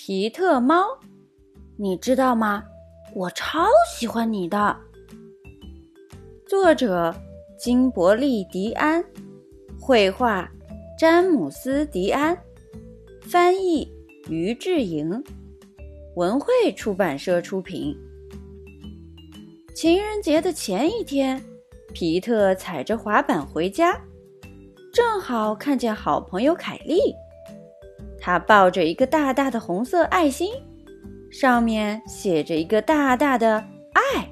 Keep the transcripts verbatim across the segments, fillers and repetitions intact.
皮特猫，你知道吗？我超喜欢你的。作者金伯利·迪安，绘画詹姆斯·迪安，翻译于志莹，文汇出版社出品。情人节的前一天，皮特踩着滑板回家，正好看见好朋友凯莉。他抱着一个大大的红色爱心，上面写着一个大大的爱。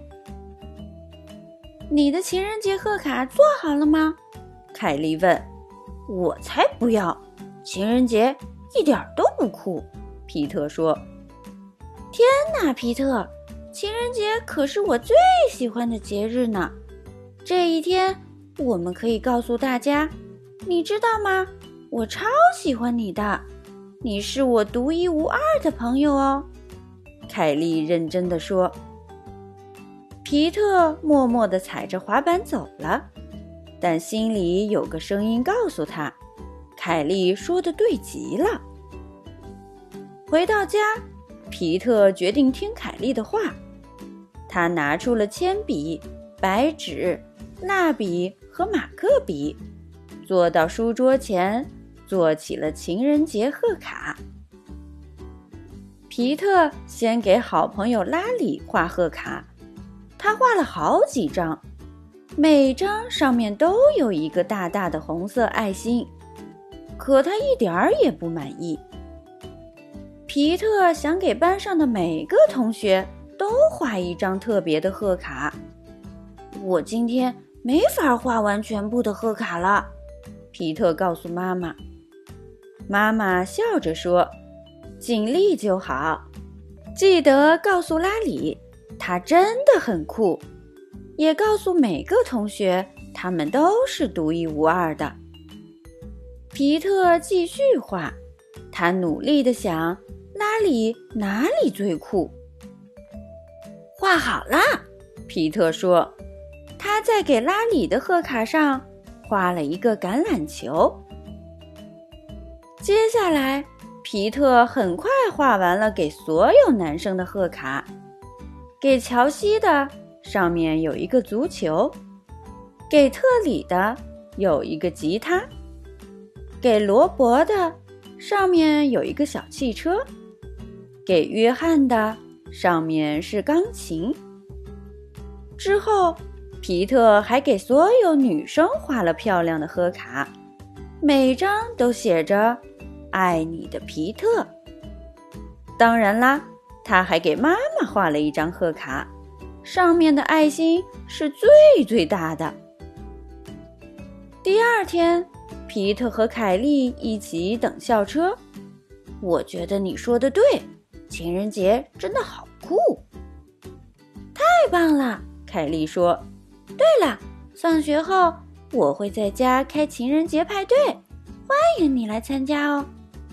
你的情人节贺卡做好了吗？凯莉问。我才不要，情人节一点都不酷，皮特说。天哪，皮特，情人节可是我最喜欢的节日呢。这一天，我们可以告诉大家，你知道吗？我超喜欢你的，你是我独一无二的朋友哦。凯莉认真地说。皮特默默地踩着滑板走了，但心里有个声音告诉他，凯莉说得对极了。回到家，皮特决定听凯莉的话。他拿出了铅笔、白纸、蜡笔和马克笔，坐到书桌前，做起了情人节贺卡。皮特先给好朋友拉里画贺卡，他画了好几张，每张上面都有一个大大的红色爱心，可他一点儿也不满意。皮特想给班上的每个同学都画一张特别的贺卡。我今天没法画完全部的贺卡了，皮特告诉妈妈。妈妈笑着说，尽力就好，记得告诉拉里，他真的很酷，也告诉每个同学，他们都是独一无二的。皮特继续画，他努力地想，拉里哪里最酷？画好了，皮特说。他在给拉里的贺卡上画了一个橄榄球。接下来，皮特很快画完了给所有男生的贺卡。给乔西的上面有一个足球，给特里的有一个吉他，给罗伯的上面有一个小汽车，给约翰的上面是钢琴。之后，皮特还给所有女生画了漂亮的贺卡，每张都写着爱你的皮特。当然啦，他还给妈妈画了一张贺卡，上面的爱心是最最大的。第二天，皮特和凯莉一起等校车。我觉得你说的对，情人节真的好酷。太棒了，凯莉说。对了，放学后我会在家开情人节派对，欢迎你来参加哦。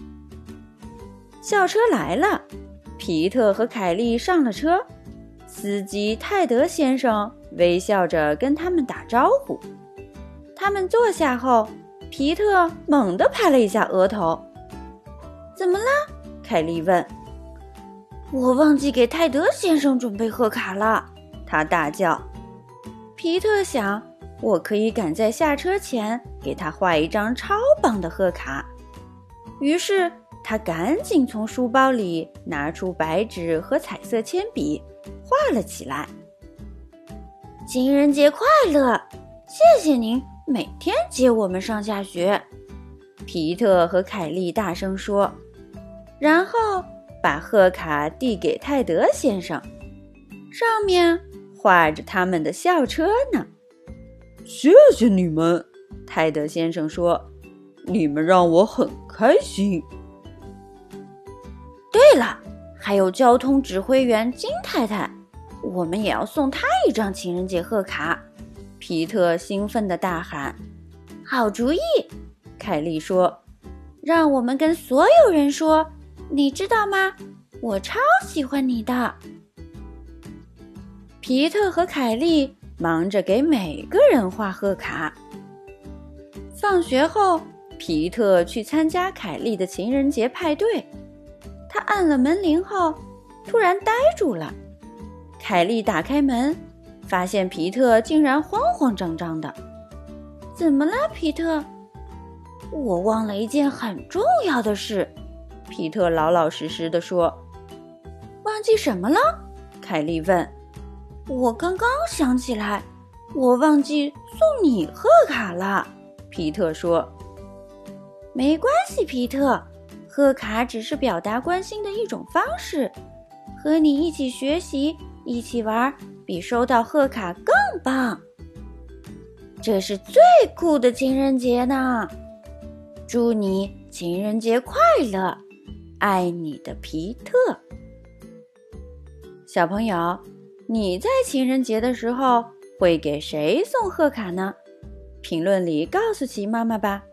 校车来了，皮特和凯莉上了车，司机泰德先生微笑着跟他们打招呼。他们坐下后，皮特猛地拍了一下额头。怎么了？凯莉问。我忘记给泰德先生准备贺卡了，他大叫。皮特想，我可以赶在下车前给他画一张超棒的贺卡。于是他赶紧从书包里拿出白纸和彩色铅笔，画了起来。情人节快乐！谢谢您每天接我们上下学，皮特和凯莉大声说，然后把贺卡递给泰德先生，上面画着他们的校车呢。 谢谢你们，泰德先生说，你们让我很开心。 对了，还有交通指挥员金太太，我们也要送她一张情人节贺卡。皮特兴奋地大喊。好主意，凯莉说，让我们跟所有人说，你知道吗？我超喜欢你的。皮特和凯莉忙着给每个人画贺卡。放学后，皮特去参加凯莉的情人节派对， 他按了门铃后，突然呆住了。凯莉打开门，发现皮特竟然慌慌张张的。怎么了，皮特？我忘了一件很重要的事，皮特老老实实地说。忘记什么了？凯莉问。我刚刚想起来，我忘记送你贺卡了，皮特说。没关系，皮特，贺卡只是表达关心的一种方式，和你一起学习，一起玩，比收到贺卡更棒。这是最酷的情人节呢！祝你情人节快乐，爱你的皮特。小朋友，你在情人节的时候会给谁送贺卡呢？评论里告诉奇妈妈吧。